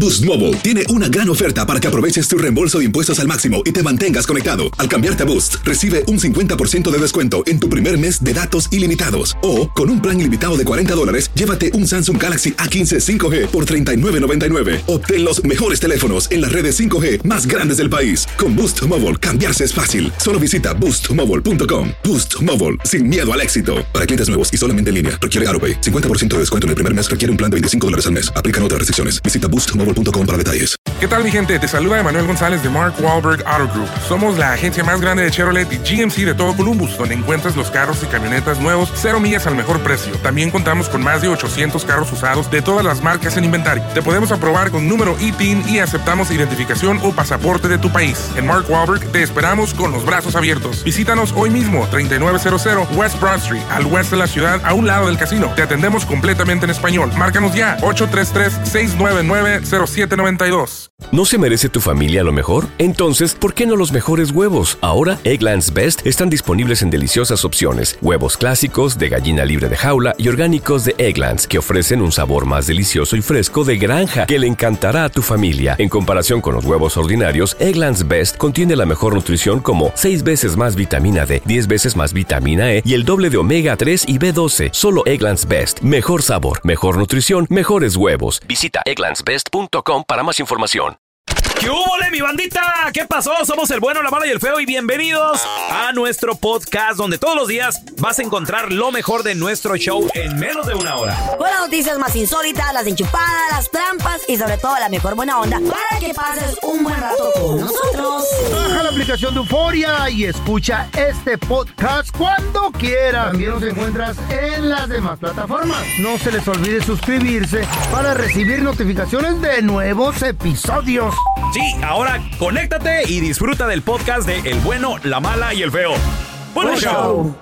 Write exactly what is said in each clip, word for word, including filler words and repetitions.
Boost Mobile tiene una gran oferta para que aproveches tu reembolso de impuestos al máximo y te mantengas conectado. Al cambiarte a Boost, recibe un cincuenta por ciento de descuento en tu primer mes de datos ilimitados. O, con un plan ilimitado de cuarenta dólares, llévate un Samsung Galaxy A quince cinco G por treinta y nueve noventa y nueve. Obtén los mejores teléfonos en las redes cinco G más grandes del país. Con Boost Mobile, cambiarse es fácil. Solo visita boost mobile punto com. Boost Mobile, sin miedo al éxito. Para clientes nuevos y solamente en línea, requiere AutoPay. cincuenta por ciento de descuento en el primer mes requiere un plan de veinticinco dólares al mes. Aplican otras restricciones. Visita boost mobile punto com para detalles. ¿Qué tal, mi gente? Te saluda Emanuel González de Mark Wahlberg Auto Group. Somos la agencia más grande de Chevrolet y G M C de todo Columbus, donde encuentras los carros y camionetas nuevos, cero millas al mejor precio. También contamos con más de ochocientos carros usados de todas las marcas en inventario. Te podemos aprobar con número I T I N y aceptamos identificación o pasaporte de tu país. En Mark Wahlberg te esperamos con los brazos abiertos. Visítanos hoy mismo, treinta y nueve cero cero West Broad Street, al oeste de la ciudad, a un lado del casino. Te atendemos completamente en español. Márcanos ya, ocho tres tres, seis nueve nueve, cero siete nueve dos. ¿No se merece tu familia lo mejor? Entonces, ¿por qué no los mejores huevos? Ahora, Eggland's Best están disponibles en deliciosas opciones. Huevos clásicos, de gallina libre de jaula y orgánicos de Eggland's, que ofrecen un sabor más delicioso y fresco de granja que le encantará a tu familia. En comparación con los huevos ordinarios, Eggland's Best contiene la mejor nutrición como seis veces más vitamina D, diez veces más vitamina E y el doble de omega tres y B doce. Solo Eggland's Best. Mejor sabor, mejor nutrición, mejores huevos. Visita egglands best punto com para más información. ¿Qué hubo, mi bandita? ¿Qué pasó? Somos el bueno, la mala y el feo y bienvenidos a nuestro podcast donde todos los días vas a encontrar lo mejor de nuestro show en menos de una hora. Con las noticias más insólitas, las enchupadas, las trampas y sobre todo la mejor buena onda para que pases un buen rato con nosotros. Baja la aplicación de Euforia y escucha este podcast cuando quieras. También nos encuentras en las demás plataformas. No se les olvide suscribirse para recibir notificaciones de nuevos episodios. Sí, ahora conéctate y disfruta del podcast de El Bueno, la Mala y el Feo. ¡Buen show! show.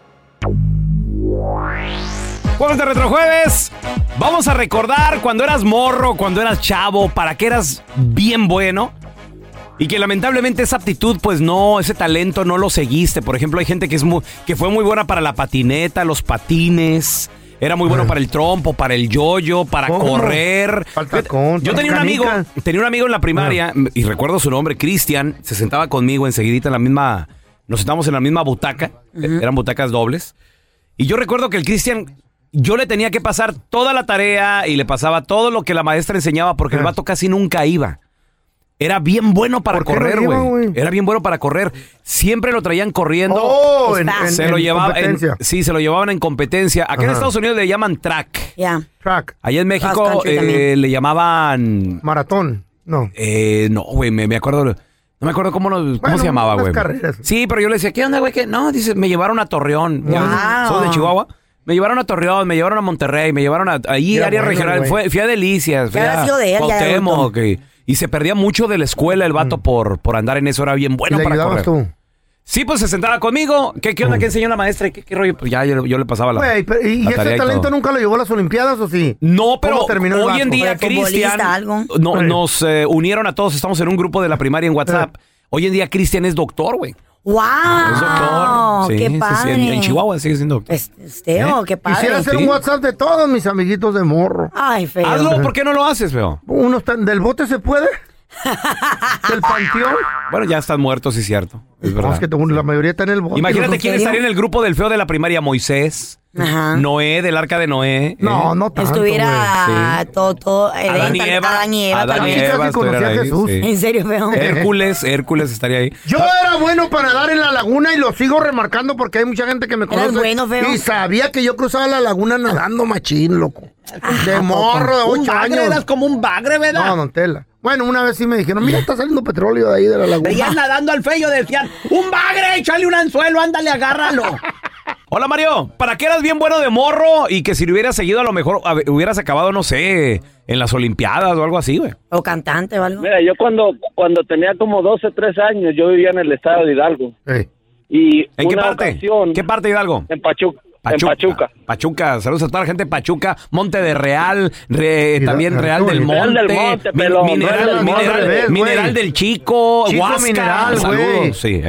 Jueves de Retrojueves. Vamos a recordar cuando eras morro, cuando eras chavo, para que eras bien bueno. Y que lamentablemente esa aptitud, pues no, ese talento no lo seguiste. Por ejemplo, hay gente que, es muy, que fue muy buena para la patineta, los patines. Era muy bueno para el trompo, para el yoyo, para ¿Cómo? correr. Falta con, Yo tenía un amigo, tenía un amigo en la primaria, uh-huh. y recuerdo su nombre, Cristian, se sentaba conmigo enseguidita en la misma, nos sentábamos en la misma butaca, uh-huh. eran butacas dobles. Y yo recuerdo que el Cristian, yo le tenía que pasar toda la tarea y le pasaba todo lo que la maestra enseñaba porque uh-huh. el vato casi nunca iba. Era bien bueno para correr, güey. Era bien bueno para correr. Siempre lo traían corriendo. Oh, en, se en, lo en llevaba competencia. En, sí, se lo llevaban en competencia. Acá Ajá. en Estados Unidos le llaman track. Ya. Yeah. Track. Allá en México eh, le llamaban... Maratón. No. Eh, no, güey, me, me acuerdo... No me acuerdo cómo, lo, cómo bueno, se llamaba, güey. Carreras. Sí, pero yo le decía, ¿qué onda, güey? ¿Qué? No, dice, me llevaron a Torreón. Wow. ¿Soy de Chihuahua? Me llevaron a Torreón, me llevaron a Monterrey, me llevaron a... Ahí, área bueno, regional. Fue, fui a Delicias. Fui a Cuauhtémoc, okay. Y se perdía mucho de la escuela el vato mm. por, por andar en eso. Era bien bueno para correr. Tú? Sí, pues se sentaba conmigo. ¿Qué, qué onda? Mm. ¿Qué enseñó la maestra? ¿Qué, qué rollo? Pues ya yo, yo le pasaba la. Güey, pero, ¿y, la ¿y ese talento y nunca lo llevó a las Olimpiadas o sí? No, pero hoy en día, Cristian, no, sí. nos eh, unieron a todos. Estamos en un grupo de la primaria en WhatsApp. Sí. Hoy en día, Cristian es doctor, güey. ¡Wow! Es doctor. Sí, ¡Qué sí, padre! Sí, en, en Chihuahua sigue siendo doctor. Esteo, ¿Eh? ¡Qué padre! Quisiera hacer ¿Sí? un WhatsApp de todos mis amiguitos de morro. ¡Ay, feo! Hazlo, ¿por qué no lo haces, feo? Uno está, ¿del bote se puede? ¿Del panteón? Bueno, ya están muertos, sí es cierto. Es verdad. No, es que la mayoría está en el bote. Imagínate quién estaría en el grupo del feo de la primaria. Moisés. Ajá. Noé, del arca de Noé. ¿eh? No, no tanto, estuviera sí. todo, todo. Adán y Eva. Adán y Eva. Adán y Eva conocía a Jesús. Sí. En serio, feo. Hércules, Hércules estaría ahí. Yo era bueno para nadar en la laguna y lo sigo remarcando porque hay mucha gente que me conoce. Bueno, feo. Y sabía que yo cruzaba la laguna nadando machín, loco. De morro, de ocho años. Eras como un bagre, ¿verdad? No, don Tela. Bueno, una vez sí me dijeron, mira, está saliendo petróleo de ahí de la laguna. Veían nadando al feo, decían, un bagre, échale un anzuelo, ándale, agárralo. Hola, Mario. ¿Para qué eras bien bueno de morro y que si lo hubieras seguido a lo mejor a, hubieras acabado, no sé, en las Olimpiadas o algo así, güey? O cantante o algo. Mira, yo cuando, cuando tenía como doce, trece años, yo vivía en el estado de Hidalgo. Sí. Y ¿En una qué parte? Ocasión, ¿Qué parte de Hidalgo? En Pachuca. Pachuca, en Pachuca. Pachuca, saludos a toda la gente de Pachuca, Monte de Real, re, también Real, Real del Monte, Real del Monte pelón, Mineral, Real del, mineral, Monte, mineral, mineral del Chico, Chico Huasca, Mineral, saludos. Sí, ahí está.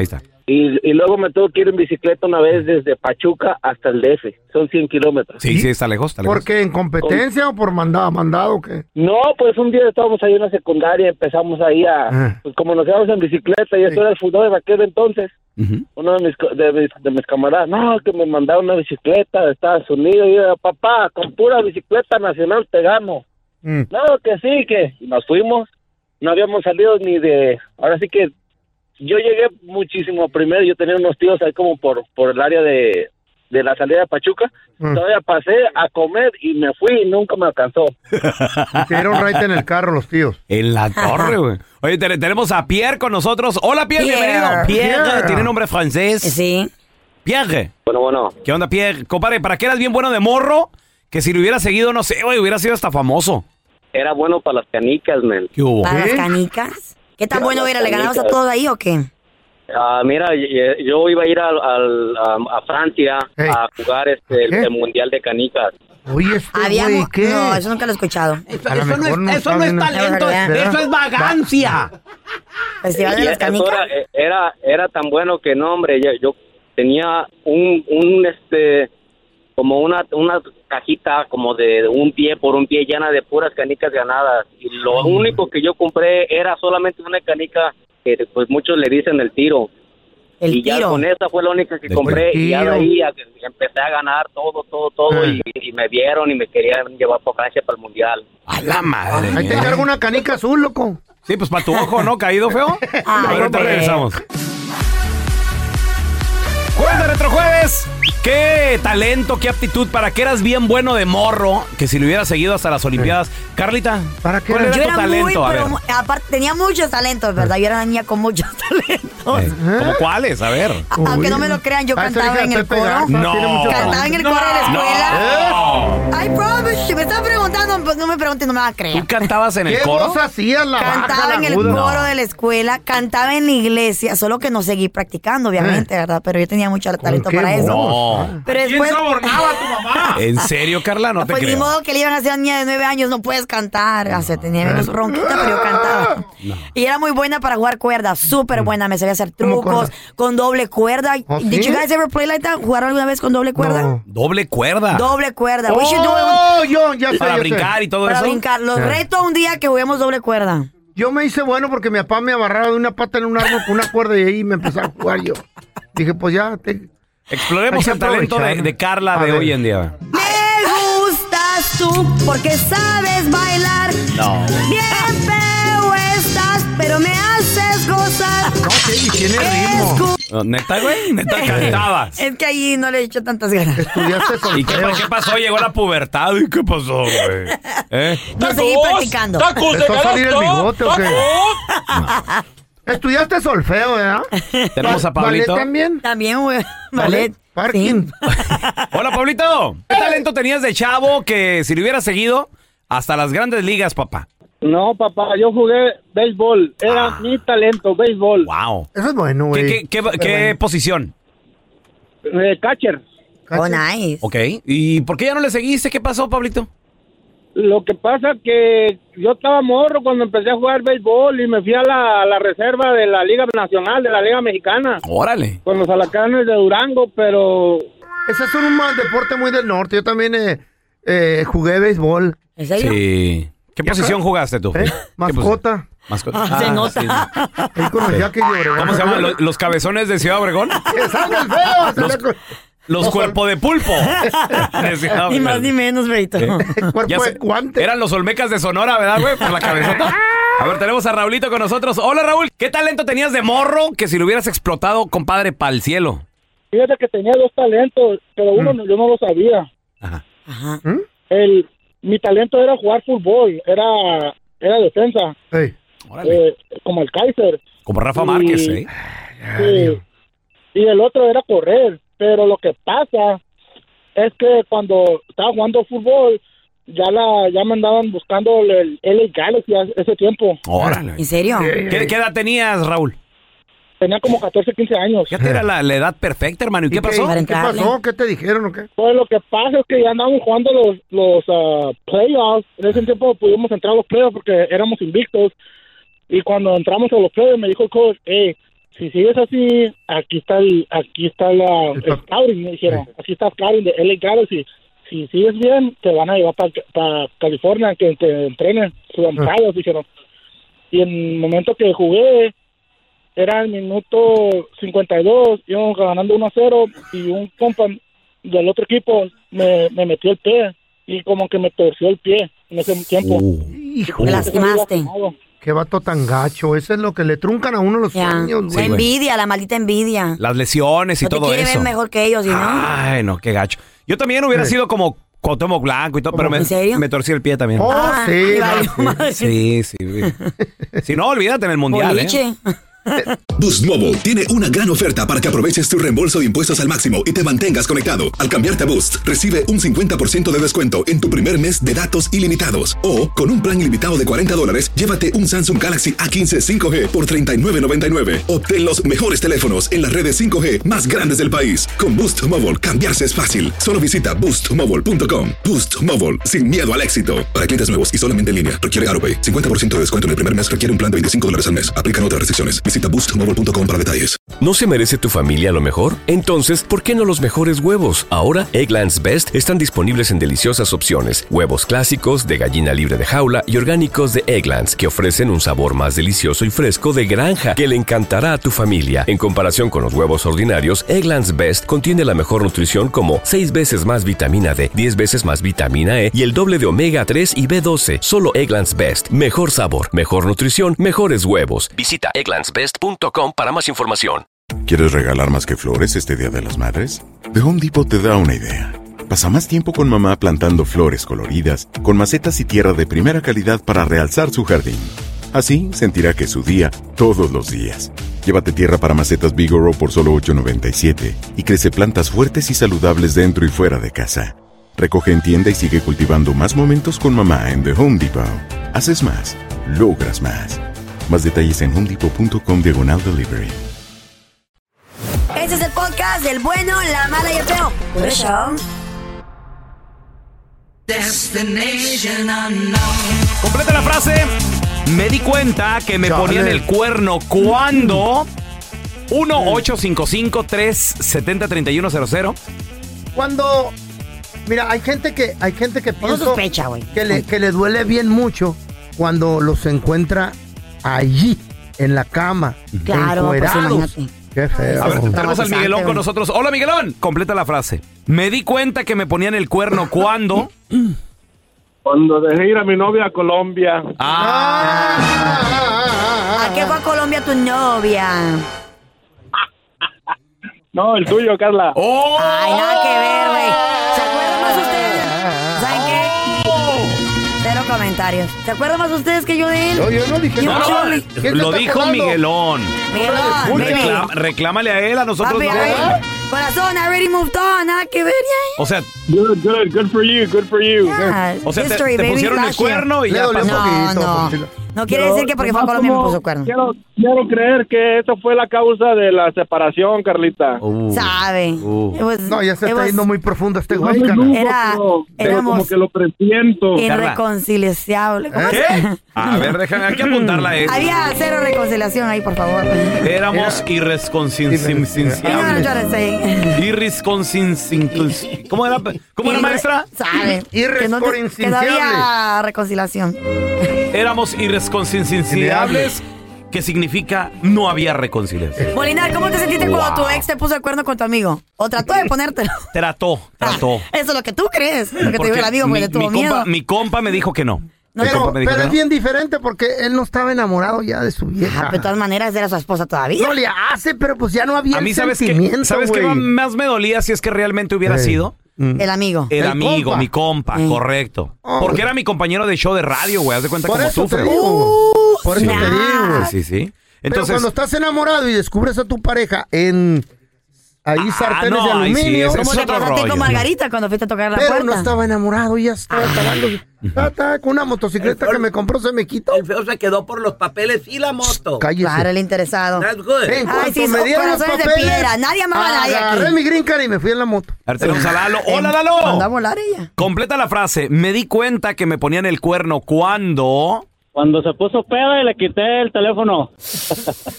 Y, y luego me tuve que ir en bicicleta una vez desde Pachuca hasta el D F. Son cien kilómetros. Sí, sí, está lejos, está lejos. ¿Por qué? ¿En competencia Con... o por mandado, mandado o qué? No, pues un día estábamos ahí en la secundaria, empezamos ahí a... Ah. Pues como nos íbamos en bicicleta, y eso sí. Era el fútbol de aquel entonces. Uh-huh. Uno de mis, de, mis, de mis camaradas, no, que me mandaron una bicicleta de Estados Unidos. Y yo, papá, con pura bicicleta nacional te gano. Mm. No, que sí, que... Y nos fuimos. No habíamos salido ni de... Ahora sí que... Yo llegué muchísimo primero, yo tenía unos tíos ahí como por por el área de, de la salida de Pachuca, mm. todavía pasé a comer y me fui y nunca me alcanzó. Te dieron right en el carro los tíos. En la torre, güey. Oye, te, tenemos a Pierre con nosotros. Hola, Pierre, Pierre. bienvenido. Pierre, Pierre, tiene nombre francés. Sí. Pierre. Bueno, bueno. ¿Qué onda, Pierre? Compadre, ¿para qué eras bien bueno de morro? Que si lo hubiera seguido, no sé, güey, hubiera sido hasta famoso. Era bueno para las canicas, man. ¿Qué hubo? ¿Para las canicas? ¿Qué tan bueno era? ¿Le ganabas a todos ahí o qué? Uh, mira, yo iba a ir al, al, a, a Francia hey. a jugar este el, el Mundial de Canicas. Oye, este güey, ¿qué? No, eso nunca lo he escuchado. Eso, eso, no, es, no, eso no es talento, ¿verdad? Eso es vagancia. Festival de las Canicas. Era, era, era tan bueno que no, hombre, yo, yo tenía un, un, este, como una, una cajita como de un pie por un pie llena de puras canicas ganadas. Y lo Ay. único que yo compré era solamente una canica que pues muchos le dicen el tiro. El y tiro. Ya con esa fue la única que compré y ya de ahí a, empecé a ganar todo, todo, todo y, y me vieron y me querían llevar por Francia para el Mundial. A la madre. Ahí te encargo una canica azul, loco. Sí, pues para tu ojo, ¿no? Caído feo. Ay, ahora te regresamos. Jueves de Retrojueves. Qué talento, qué aptitud. ¿Para qué eras bien bueno de morro? Que si lo hubieras seguido hasta las Olimpiadas. Sí. Carlita, ¿para qué? ¿cuál era yo tu era talento? Muy, pero, aparte, tenía muchos talentos, ¿verdad? Yo era una niña con muchos talentos. Eh, ¿Cómo cuáles? A ver. A, aunque no me lo crean, yo Ay, cantaba en el coro. Pegar, no. Cantaba en el no. coro de la escuela. No. I promise. Si me están preguntando, pues no me pregunten, no me van a creer. ¿Tú cantabas en el ¿Qué coro? ¿Qué vos hacías la Cantaba baja, en la el aguda? coro No. de la escuela, cantaba en la iglesia, solo que no seguí practicando, obviamente, Eh. ¿verdad? Pero yo tenía mucho talento qué para eso. No. Pero después, ¿Quién sobornaba a tu mamá? ¿En serio, Carla? No te pues creo. ni modo que le iban a hacer a una niña de nueve años, no puedes cantar. O sea, tenía menos ronquita, pero yo cantaba. No. Y era muy buena para jugar cuerda, súper buena. Me sabía hacer ¿Cómo trucos cuerda? con doble cuerda. ¿Oh, Did sí? you guys ever play like that? ¿Jugaron alguna vez con doble cuerda? No. Doble cuerda. Doble cuerda. We should do it Oh, yo, ya sé, Para ya brincar sé. y todo para eso. brincar. Los Sí. reto un día que juguemos doble cuerda. Yo me hice bueno porque mi papá me agarraba de una pata en un árbol con una cuerda y ahí me empezaba a jugar yo. Dije, pues ya. Te... Exploremos Hay el que talento de, aprovechar. de Carla A de ver. hoy en día. Me gustas tú porque sabes bailar. No. Bien feo estás, pero me haces gozar. No, sí, y tiene ritmo. No, ¿Neta, güey? ¿Neta cantabas? Es que ahí no le he hecho tantas ganas. Estudiaste ¿Y qué, solfeo. qué pasó? Llegó la pubertad. ¿Y qué pasó, güey? ¿Eh? No seguí practicando. ¿Empezó a salir el bigote o qué? Estudiaste solfeo, ¿verdad? Tenemos a ¿Ballet Pablito. también? También, güey. ¿Ballet? Ballet. Parking. Sí. Hola, Pablito. ¿Qué talento tenías de chavo que si lo hubieras seguido hasta las grandes ligas, papá? No, papá, yo jugué béisbol. Era Ah. mi talento, béisbol. Wow. Eso es bueno, ¿Qué, güey. qué, qué, qué posición? Eh, catcher. Oh, nice. Ok. ¿Y por qué ya no le seguiste? ¿Qué pasó, Pablito? Lo que pasa que yo estaba morro cuando empecé a jugar béisbol y me fui a la, a la reserva de la Liga Nacional, de la Liga Mexicana, Órale. con los Alacanes de Durango, pero Ese es un mal deporte muy del norte. Yo también eh, eh, jugué béisbol. ¿En serio? Sí. ¿Qué posición jugaste tú? ¿Eh? ¿Qué Mascota. posición? Mascota. Ah, se nota. sí. Ahí con los Jackie de Obregón. ¿Cómo se llaman? ¿Los, los cabezones de Ciudad Obregón? ¡Que salga el feo! Se Los- le- Los cuerpos de pulpo. De Ciudad Ni más Obregón. ni menos, Brito. Cuerpo Ya de sé, guante. eran los Olmecas de Sonora, ¿verdad, güey? Por la cabezota. A ver, tenemos a Raulito con nosotros. Hola, Raúl. ¿Qué talento tenías de morro que si lo hubieras explotado, compadre, pa'l cielo? fíjate que tenía dos talentos, pero uno no- yo no lo sabía. Ajá. Ajá. ¿Mm? El, mi talento era jugar fútbol, era, era defensa, Ey. Órale. eh, como el Kaiser. Como Rafa y- Márquez, ¿eh? Sí. Y el otro era correr, pero lo que pasa es que cuando estaba jugando fútbol, ya la ya me andaban buscando el L A Galaxy a ese tiempo. Órale. ¿En serio? ¿Qué, qué edad tenías, Raúl? Tenía como catorce, quince años. Fíjate, era la, la edad perfecta, hermano. ¿Y qué pasó? Para ¿Qué entrarle. pasó? ¿Qué te dijeron o qué? Pues lo que pasa es que ya andábamos jugando los, los ah, playoffs. En ese tiempo pudimos entrar a los playoffs porque éramos invictos. Y cuando entramos a los playoffs me dijo el coach, hey, si sigues así, aquí está el, aquí está la, el scouting, me dijeron, aquí está el scouting de L A Galaxy. Si sigues bien, te van a llevar para pa California, que te entrenen, sudampados, dijeron. Y en el momento que jugué, era el minuto cincuenta y dos, íbamos ganando uno a cero, y un compa del otro equipo me, me metió el pie, y como que me torció el pie en ese tiempo. Uh, hijo, me lastimaste. Qué vato tan gacho. Eso es lo que le truncan a uno los Ya. sueños, La güey. envidia, la maldita envidia. Las lesiones y No te todo quiere eso. ver mejor que ellos, ¿y no? Ay, no, qué gacho. Yo también hubiera Sí. sido como Cuauhtémoc Blanco y todo, pero me, ¿En serio? me torcí el pie también. Oh, Ah, sí, y no, valió sí. madre. Sí, sí. güey. Si no, olvídate en el mundial, ¿eh? Boliche. Boost Mobile tiene una gran oferta para que aproveches tu reembolso de impuestos al máximo y te mantengas conectado. Al cambiarte a Boost, recibe un cincuenta por ciento de descuento en tu primer mes de datos ilimitados. O, con un plan ilimitado de cuarenta dólares, llévate un Samsung Galaxy A quince cinco G por treinta y nueve noventa y nueve. Obtén los mejores teléfonos en las redes cinco G más grandes del país. Con Boost Mobile, cambiarse es fácil. Solo visita boost mobile punto com. Boost Mobile, sin miedo al éxito. Para clientes nuevos y solamente en línea, requiere AutoPay. cincuenta por ciento de descuento en el primer mes, requiere un plan de veinticinco dólares al mes. Aplican otras restricciones. Visita boost mobile punto com para detalles. ¿No se merece tu familia lo mejor? Entonces, ¿por qué no los mejores huevos? Ahora, Eggland's Best están disponibles en deliciosas opciones. Huevos clásicos, de gallina libre de jaula y orgánicos de Eggland's, que ofrecen un sabor más delicioso y fresco de granja que le encantará a tu familia. En comparación con los huevos ordinarios, Eggland's Best contiene la mejor nutrición como seis veces más vitamina D, diez veces más vitamina E y el doble de omega tres y B doce. Solo Eggland's Best. Mejor sabor, mejor nutrición, mejores huevos. Visita egglands best punto com para más información. ¿Quieres regalar más que flores este Día de las Madres? The Home Depot te da una idea. Pasa más tiempo con mamá plantando flores coloridas, con macetas y tierra de primera calidad para realzar su jardín. Así sentirá que es su día todos los días. Llévate tierra para macetas Vigoro por solo ocho noventa y siete y crece plantas fuertes y saludables dentro y fuera de casa. Recoge en tienda y sigue cultivando más momentos con mamá en The Home Depot. Haces más, logras más. Más detalles en home depot punto com diagonal delivery. Este es el podcast del bueno, la mala y el feo. Por eso. Completa la frase. Me di cuenta que me Chale. ponían el cuerno cuando... uno ocho cinco cinco tres siete cero tres uno cero cero. Cuando, mira, hay gente que hay gente que Uno piensa sospecha, güey. que le, que le duele bien mucho cuando los encuentra allí, en la cama, Claro, pues encuerados. imagínate. Qué feo. A ver, tenemos al Traumatizante, Miguelón con güey. nosotros. Hola, Miguelón. Completa la frase. Me di cuenta que me ponían el cuerno cuando... Cuando dejé ir a mi novia a Colombia. Ah, ¿A qué fue a Colombia tu novia? No, el tuyo, Carla. ¡Oh! Ay, nada que ver, güey. ¿Se acuerdan más ustedes? ¿Saben qué? Cero comentarios. ¿Se acuerdan más ustedes que yo de él? No, yo no dije Yo nada. No, Chole. ¿Quién se lo está dijo acordando? Miguelón. Miguelón, baby. Reclama- reclámale a él, a nosotros Papi, no. ay, corazón, I already moved on. Nada que ver, ya. O sea, Good, good, good for you, good for you. Ya, o sea te, history, te baby, pusieron el last year. cuerno y Le ya dolió pasó. un No, poquito, no. Priscila. No quiere decir que porque fue a Colombia me puso cuerno. Quiero, quiero creer que eso fue la causa de la separación, Carlita. Uh, Sabe. Uh. It was- No, ya se it está was yendo muy profundo este No güey, me cara. dudo, Era- pero, pero éramos- como que lo presiento. irreconciliable. ¿Cómo ¿Qué? se- A ver, déjame, hay que apuntarla a él. Había cero reconciliación ahí, por favor. Éramos You know what I'm irreconciliables. trying to say. Irreconciliables. ¿Cómo era, cómo era, Irre- maestra? Sabe. Que no, te- que no había reconciliación. Éramos irreconciliables, que significa no había reconciliación. Molinar, ¿cómo te sentiste Wow. cuando tu ex te puso el cuerno con tu amigo? ¿O trató de ponértelo? Trató, trató. Eso es lo que tú crees. Lo que te Porque dijo el amigo, mi, porque le tuvo mi miedo. compa, mi compa me dijo que no. No, Mi Pero, compa me dijo pero que es no. bien diferente porque él no estaba enamorado ya de su vieja. Ah, pero de todas maneras era su esposa todavía. No le hace, pero pues ya no había A mí, el ¿sabes qué? sentimiento, ¿Sabes qué güey. más me dolía si es que realmente hubiera Ey. sido? El amigo. El, El amigo, compa. mi compa, Eh. correcto. Oh. Porque era mi compañero de show de radio, güey. Haz de cuenta Por cómo eso sufre. te digo. Uh, Por eso snap. te digo. Sí, sí, sí. Pero Entonces, cuando estás enamorado y descubres a tu pareja en ahí Ah, sartenes no, de ahí sí, aluminio, ese ¿Cómo es te otro pasaste rollo. con Margarita cuando fuiste a tocar la pero puerta? no estaba enamorado y ya estaba acabando. Ta, ta, con una motocicleta que me compró se me quitó. El feo se quedó por los papeles y la moto. Cállese. Claro, el interesado. That's good. En Ay, cuanto sí, me son dieron los corazones de papeles, piedra. Nadie amaba a nadie agarré aquí. mi green card y me fui en la moto. a ver, tenemos a Lalo. ¡Hola, Anda a Lalo! volar ella. Completa la frase. Me di cuenta que me ponían el cuerno cuando... Cuando se puso peda y le quité el teléfono.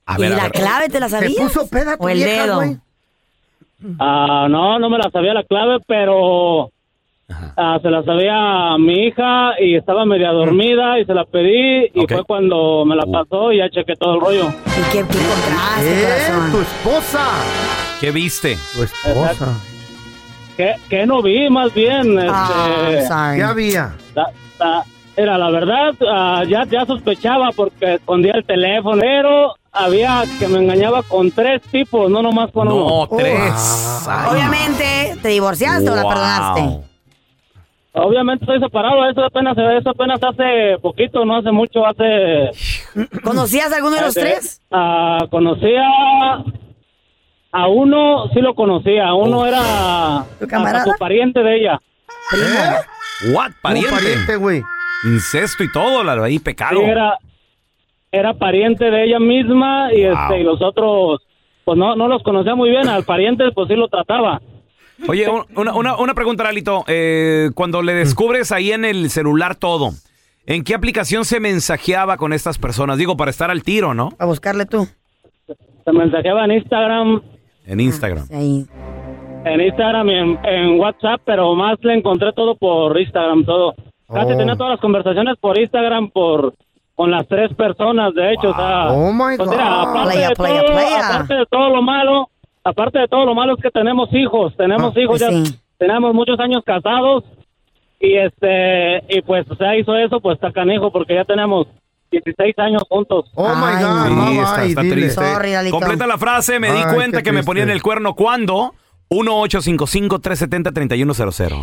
A ¿Y ver, a la ver. clave te la sabías? ¿Te puso peda tu ¿O el vieja, dedo? güey? Ah, no, no me la sabía la clave, pero ah, se la sabía a mi hija y estaba media dormida y se la pedí y Ok. fue cuando me la pasó y ya chequé todo el rollo. ¿Y qué, qué encontraste, ¿Eh? corazón? Tu esposa. ¿Qué viste? Tu esposa. ¿Qué, qué no vi más bien? Ah, Este, sorry. ¿Qué había? la- la- era la verdad, ah, ya, ya sospechaba porque escondía el teléfono, pero había que me engañaba con tres tipos, no nomás con uno. No, tres. Ay. Obviamente, ¿te divorciaste o la Wow. perdonaste? Obviamente estoy separado, eso apenas, eso apenas hace poquito, no hace mucho, hace... ¿Conocías a alguno de los hace- tres? ah, conocía a uno, sí lo conocía, a uno era ¿Tu camarada? hasta su pariente de ella. ¿Eh? What? Pariente. Un pariente, güey. Incesto y todo, la ahí pecado. Sí, era, era pariente de ella misma y, Wow. este, y los otros, pues no, no los conocía muy bien, al pariente pues sí lo trataba. Oye, un- una, una, una pregunta, Lalito. Eh, cuando le descubres ahí en el celular todo, ¿en qué aplicación se mensajeaba con estas personas? Digo, para estar al tiro, ¿no? A buscarle tú. Se mensajeaba en Instagram, En Instagram. Ahí. en Instagram y en, en WhatsApp, pero más le encontré todo por Instagram, todo. Casi Oh. tenía todas las conversaciones por Instagram, por con las tres personas, de hecho, o sea, Oh, my pues mira, God. aparte, Playa, de playa, todo, playa. aparte de todo lo malo, aparte de todo lo malo es que tenemos hijos, tenemos Ah, hijos, pues ya sí. tenemos muchos años casados y este, y pues, o sea, hizo eso, pues está canijo, porque ya tenemos dieciséis años juntos. Oh, my Ay, God. no. Sí, bye, está, bye, está dile. triste. Sorry, Lalito. Completa la frase, me di Ay, cuenta qué que me triste. ponían el cuerno cuando. uno ocho cinco cinco, tres siete cero, tres uno cero cero.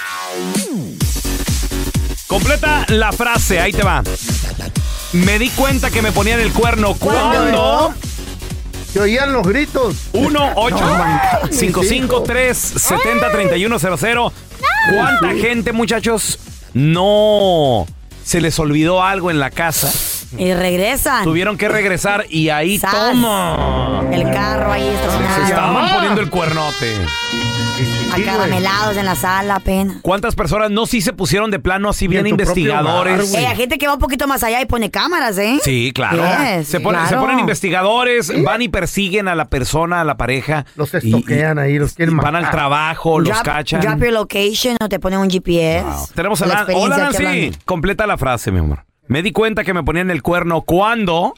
Completa la frase, ahí te va. Me di cuenta que me ponían el cuerno cuando. Se oían los gritos. uno ocho cinco cinco, tres siete cero, tres uno cero cero. ¿Cuánta gente, muchachos, no se les olvidó algo en la casa? Y regresan. Tuvieron que regresar y ahí Sas. toma. El carro ahí Se estacionado. estaban poniendo el cuernote. Acaramelados en la sala apenas. ¿Cuántas personas no sí se pusieron de plano así bien en tu propio investigadores? hogar, güey. Eh, hay gente que va un poquito más allá y pone cámaras, ¿eh? Sí, claro. Yes, se, ponen, claro. se ponen investigadores, van y persiguen a la persona, a la pareja. Los y- estoquean ahí, los quieren Van al matar. trabajo, los Drop, cachan. drop your location o te ponen un G P S. Wow. Tenemos a La Nan- experiencia Hola, que Nancy. hablan. Completa la frase, mi amor. Me di cuenta que me ponían el cuerno cuando.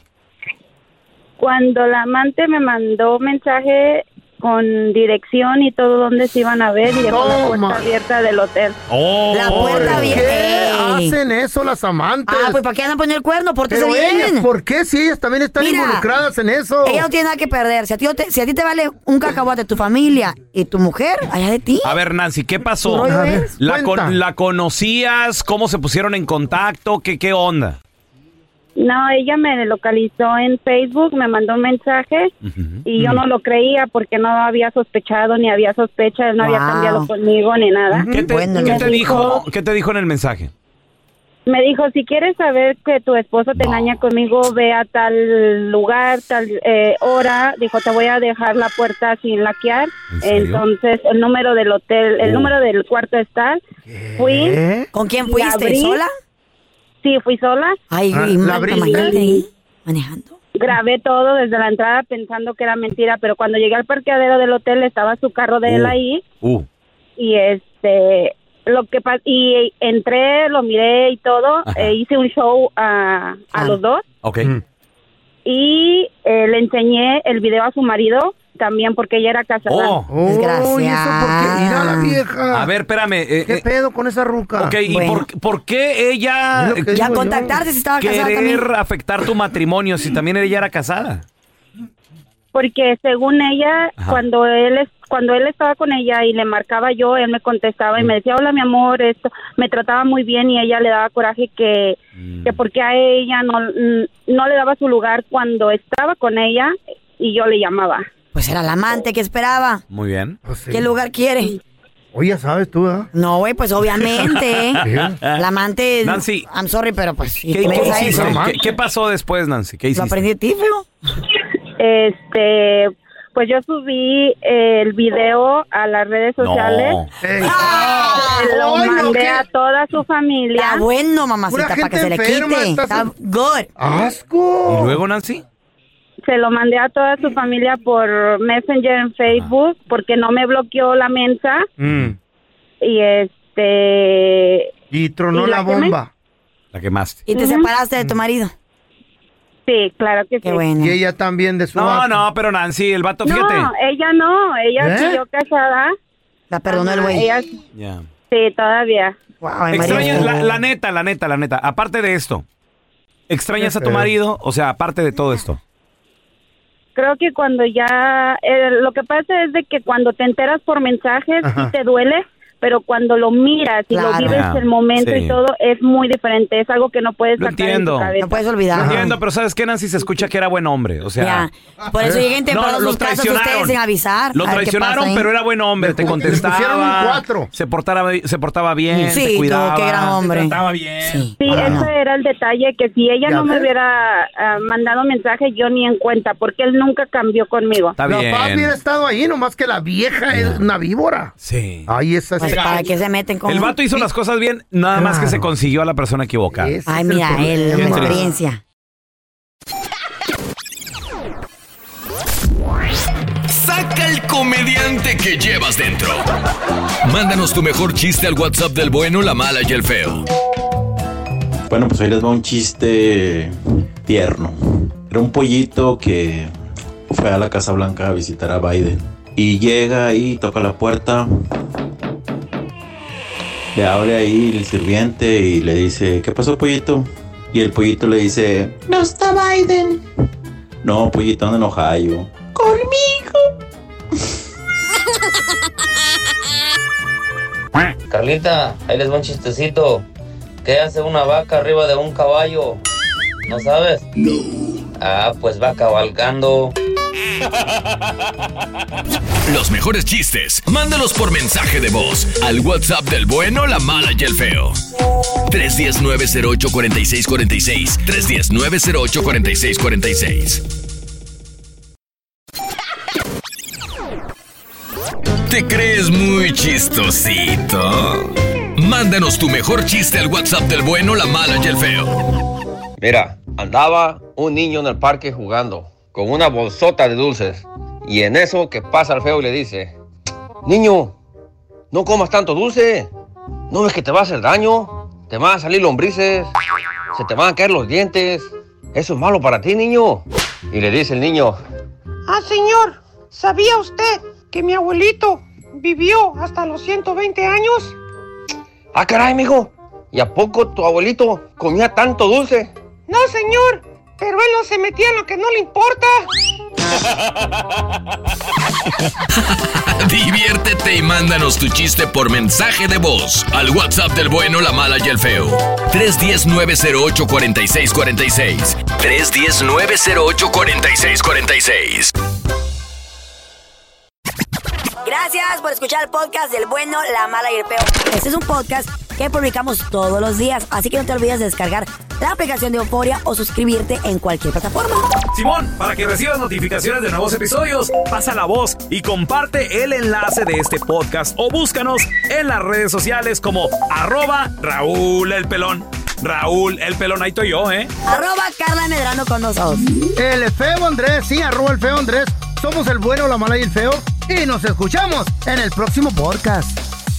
Cuando la amante me mandó mensaje con dirección y todo donde se iban a ver y dejó la Toma. puerta abierta del hotel. Oh, La puerta ¿Por bien. qué Ey. hacen eso las amantes? Ah, pues ¿para qué andan poniendo el cuerno? Pórtese Pero bien. ellas, ¿por qué? Si ellas también están Mira, involucradas en eso. Ella no tiene nada que perder. Si a ti, no te, si a ti te vale un cacahuate tu familia y tu mujer, allá de ti. A ver, Nancy, ¿qué Tu pasó? rollo A ver, es. ¿La, cuenta. con- ¿La conocías? ¿Cómo se pusieron en contacto? ¿Qué, qué onda? No, ella me localizó en Facebook, me mandó un mensaje y yo no lo creía porque no había sospechado ni había sospecha, él no había Wow. cambiado conmigo ni nada. ¿Qué te, Bueno, qué me te dijo, dijo- ¿Qué te dijo en el mensaje? Me dijo, si quieres saber que tu esposo te engaña conmigo, ve a tal lugar, tal eh, hora. Dijo, te voy a dejar la puerta sin laquear. ¿En serio? Entonces, el número del hotel, el Oh. número del cuarto está. Fui, ¿Eh? ¿Con quién ¿Y fuiste? abrí? ¿Sola? sí, fui sola. Ay, Ah, güey, la ma- abriste. imagínate ahí, manejando. Grabé todo desde la entrada pensando que era mentira, pero cuando llegué al parqueadero del hotel estaba su carro de él Uh. ahí Uh, y este lo que pa- y entré, lo miré y todo, Ajá. eh, hice un show a, a Ah. los dos ok. Mm. y eh, le enseñé el video a su marido también porque ella era casada. Oh, Oh, Desgraciada. ¿y eso por qué? Mira la vieja. a ver, espérame. eh, ¿Qué eh, pedo con esa ruca? ok, ¿y Bueno. por, por qué ella Es lo que Ya digo yo. contactarse si estaba casada también. querer afectar tu matrimonio si también ella era casada? Porque según ella, Ajá. cuando él es, cuando él estaba con ella y le marcaba yo, él me contestaba y me decía, hola mi amor, esto, me trataba muy bien y ella le daba coraje que, Mm. que porque a ella no, mm, no le daba su lugar cuando estaba con ella y yo le llamaba. Pues era la amante que esperaba. Muy bien. Pues sí. ¿Qué lugar quiere? Oye, ya sabes tú, ¿eh? No, güey, pues obviamente. Sí. La amante. Nancy. I'm sorry, pero pues. si ¿Qué, tú me qué dices a hiciste? eso, mamá? ¿Qué- qué pasó después, Nancy? ¿Qué Lo hiciste? aprendí de ti, feo. Este, pues yo subí el video a las redes sociales, No. Ey. se lo Ay, no, mandé ¿qué? a toda su familia. Está bueno, mamacita, Pura para que se gente le enferma, quite. estás Está en- good. ¡Asco! ¿Y luego, Nancy? se lo mandé a toda su familia por Messenger en Facebook porque no me bloqueó la mensa. Mm. Y este... Y tronó ¿Y la, la quemé? bomba. La quemaste. ¿Y te Ujú. separaste de tu marido? Sí, claro que sí. Qué bueno. Y ella también de su No, vato. no, pero Nancy, el vato, fíjate. No, ella no, ella ¿Eh? siguió casada. La perdonó el Ajá, güey. ella- Ya. Sí, todavía. Wow, ay, María. Extrañas, la, la neta, la neta, la neta. Aparte de esto, ¿extrañas Qué a tu feo. marido? O sea, aparte de todo esto. Creo que cuando ya... eh, lo que pasa es de que cuando te enteras por mensajes Ajá. sí te duele, pero cuando lo miras y Claro. lo vives Ya, el momento sí. y todo, es muy diferente. Es algo que no puedes Lo sacar entiendo. de tu cabeza. No puedes olvidar. Lo entiendo, pero ¿sabes qué, Nancy? Se escucha que era buen hombre. O sea, Ya. Por eso lleguen temprano No, a lo sus casas traicionaron. ustedes sin avisar. lo A ver qué traicionaron, pasa ahí. pero era buen hombre. Le Te pu- le pusieron un contestaba. cuatro. Se portaba, se portaba bien, Sí, te tú, cuidaba. qué gran hombre. Te trataba bien. Sí. Sí, Ah, no. ese era el detalle, que si ella ¿Ya no me ves? hubiera ah, mandado mensaje, yo ni en cuenta, porque él nunca cambió conmigo. Está La bien. paz hubiera estado ahí, nomás que la vieja es una víbora. Sí. Ay, esa Pues, es... ¿para qué se meten con...? El vato hizo las cosas bien, nada más que se Claro. consiguió a la persona equivocada. Ese Ay, es el mira, él, problema. una Qué triste. experiencia. Saca el comediante que llevas dentro. Mándanos tu mejor chiste al WhatsApp del bueno, la mala y el feo. Bueno, pues hoy les va un chiste tierno. Era un pollito que fue a la Casa Blanca a visitar a Biden. Y llega y toca la puerta. Le abre ahí el sirviente y le dice, ¿qué pasó, pollito? Y el pollito le dice, no está Biden. No, pollito, anda en Ohio. Conmigo. Carlita, ahí les va un chistecito. ¿Qué hace una vaca arriba de un caballo? ¿No sabes? No. Ah, pues va cabalgando. Los mejores chistes, mándalos por mensaje de voz al WhatsApp del bueno, la mala y el feo. tres uno cero, nueve cero ocho, cuatro seis cuatro seis. tres uno cero, nueve cero ocho, cuatro seis cuatro seis. ¿Te crees muy chistosito? Mándanos tu mejor chiste al WhatsApp del bueno, la mala y el feo. Mira, andaba un niño en el parque jugando con una bolsota de dulces. Y en eso que pasa al feo y le dice, niño, no comas tanto dulce. ¿No ves que te va a hacer daño? Te van a salir lombrices. Se te van a caer los dientes. Eso es malo para ti, niño. Y le dice el niño, Ah, señor, ¿sabía usted que mi abuelito vivió hasta los ciento veinte años? ah, caray, mijo. ¿Y a poco tu abuelito comía tanto dulce? No, señor, pero él no se metía en lo que no le importa. Diviértete y mándanos tu chiste por mensaje de voz al WhatsApp del bueno, la mala y el feo. tres uno cero, nueve cero ocho, cuatro seis cuatro seis. tres uno cero, nueve cero ocho, cuatro seis cuatro seis. Gracias por escuchar el podcast del bueno, la mala y el feo. Este es un podcast que publicamos todos los días, así que no te olvides de descargar la aplicación de Euforia o suscribirte en cualquier plataforma. Simón, para que recibas notificaciones de nuevos episodios, pasa la voz y comparte el enlace de este podcast o búscanos en las redes sociales como arroba Raúl el Pelón. Raúl el Pelón, ahí estoy yo, ¿eh? Arroba Carla Medrano con nosotros. El feo Andrés, sí, arroba el feo Andrés. Somos el bueno, la mala y el feo. Y nos escuchamos en el próximo podcast.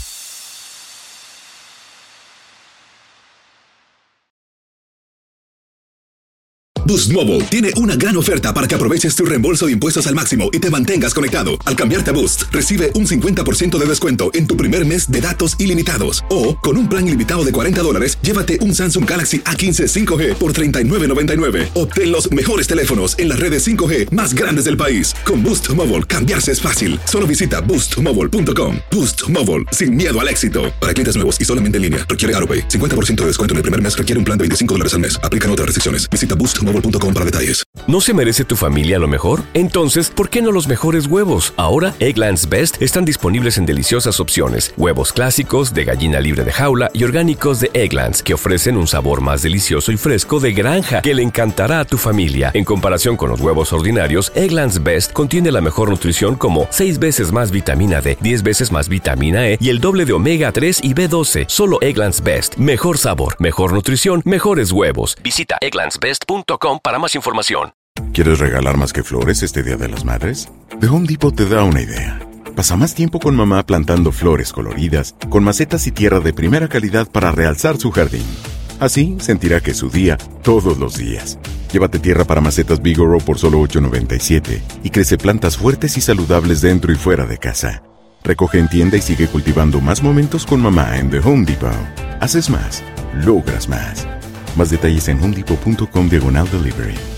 Boost Mobile tiene una gran oferta para que aproveches tu reembolso de impuestos al máximo y te mantengas conectado. Al cambiarte a Boost, recibe un cincuenta por ciento de descuento en tu primer mes de datos ilimitados. O, con un plan ilimitado de cuarenta dólares, llévate un Samsung Galaxy A quince cinco G por treinta y nueve noventa y nueve. Obtén los mejores teléfonos en las redes cinco G más grandes del país. Con Boost Mobile, cambiarse es fácil. Solo visita boost mobile punto com. Boost Mobile, sin miedo al éxito. Para clientes nuevos y solamente en línea, requiere AutoPay. cincuenta por ciento de descuento en el primer mes requiere un plan de veinticinco dólares al mes. Aplican otras restricciones. Visita boost mobile punto com para detalles. ¿No se merece tu familia lo mejor? Entonces, ¿por qué no los mejores huevos? Ahora, Eggland's Best están disponibles en deliciosas opciones. Huevos clásicos, de gallina libre de jaula y orgánicos de Eggland's, que ofrecen un sabor más delicioso y fresco de granja que le encantará a tu familia. En comparación con los huevos ordinarios, Eggland's Best contiene la mejor nutrición como seis veces más vitamina D, diez veces más vitamina E y el doble de omega tres y B doce. Solo Eggland's Best. Mejor sabor, mejor nutrición, mejores huevos. Visita egglands best punto com para más información. ¿Quieres regalar más que flores este Día de las Madres? The Home Depot te da una idea. Pasa más tiempo con mamá plantando flores coloridas, con macetas y tierra de primera calidad para realzar su jardín. Así sentirá que es su día todos los días. Llévate tierra para macetas Vigoro por solo ocho noventa y siete y crece plantas fuertes y saludables dentro y fuera de casa. Recoge en tienda y sigue cultivando más momentos con mamá en The Home Depot. Haces más, logras más. Más detalles en homedepot punto com diagonal delivery.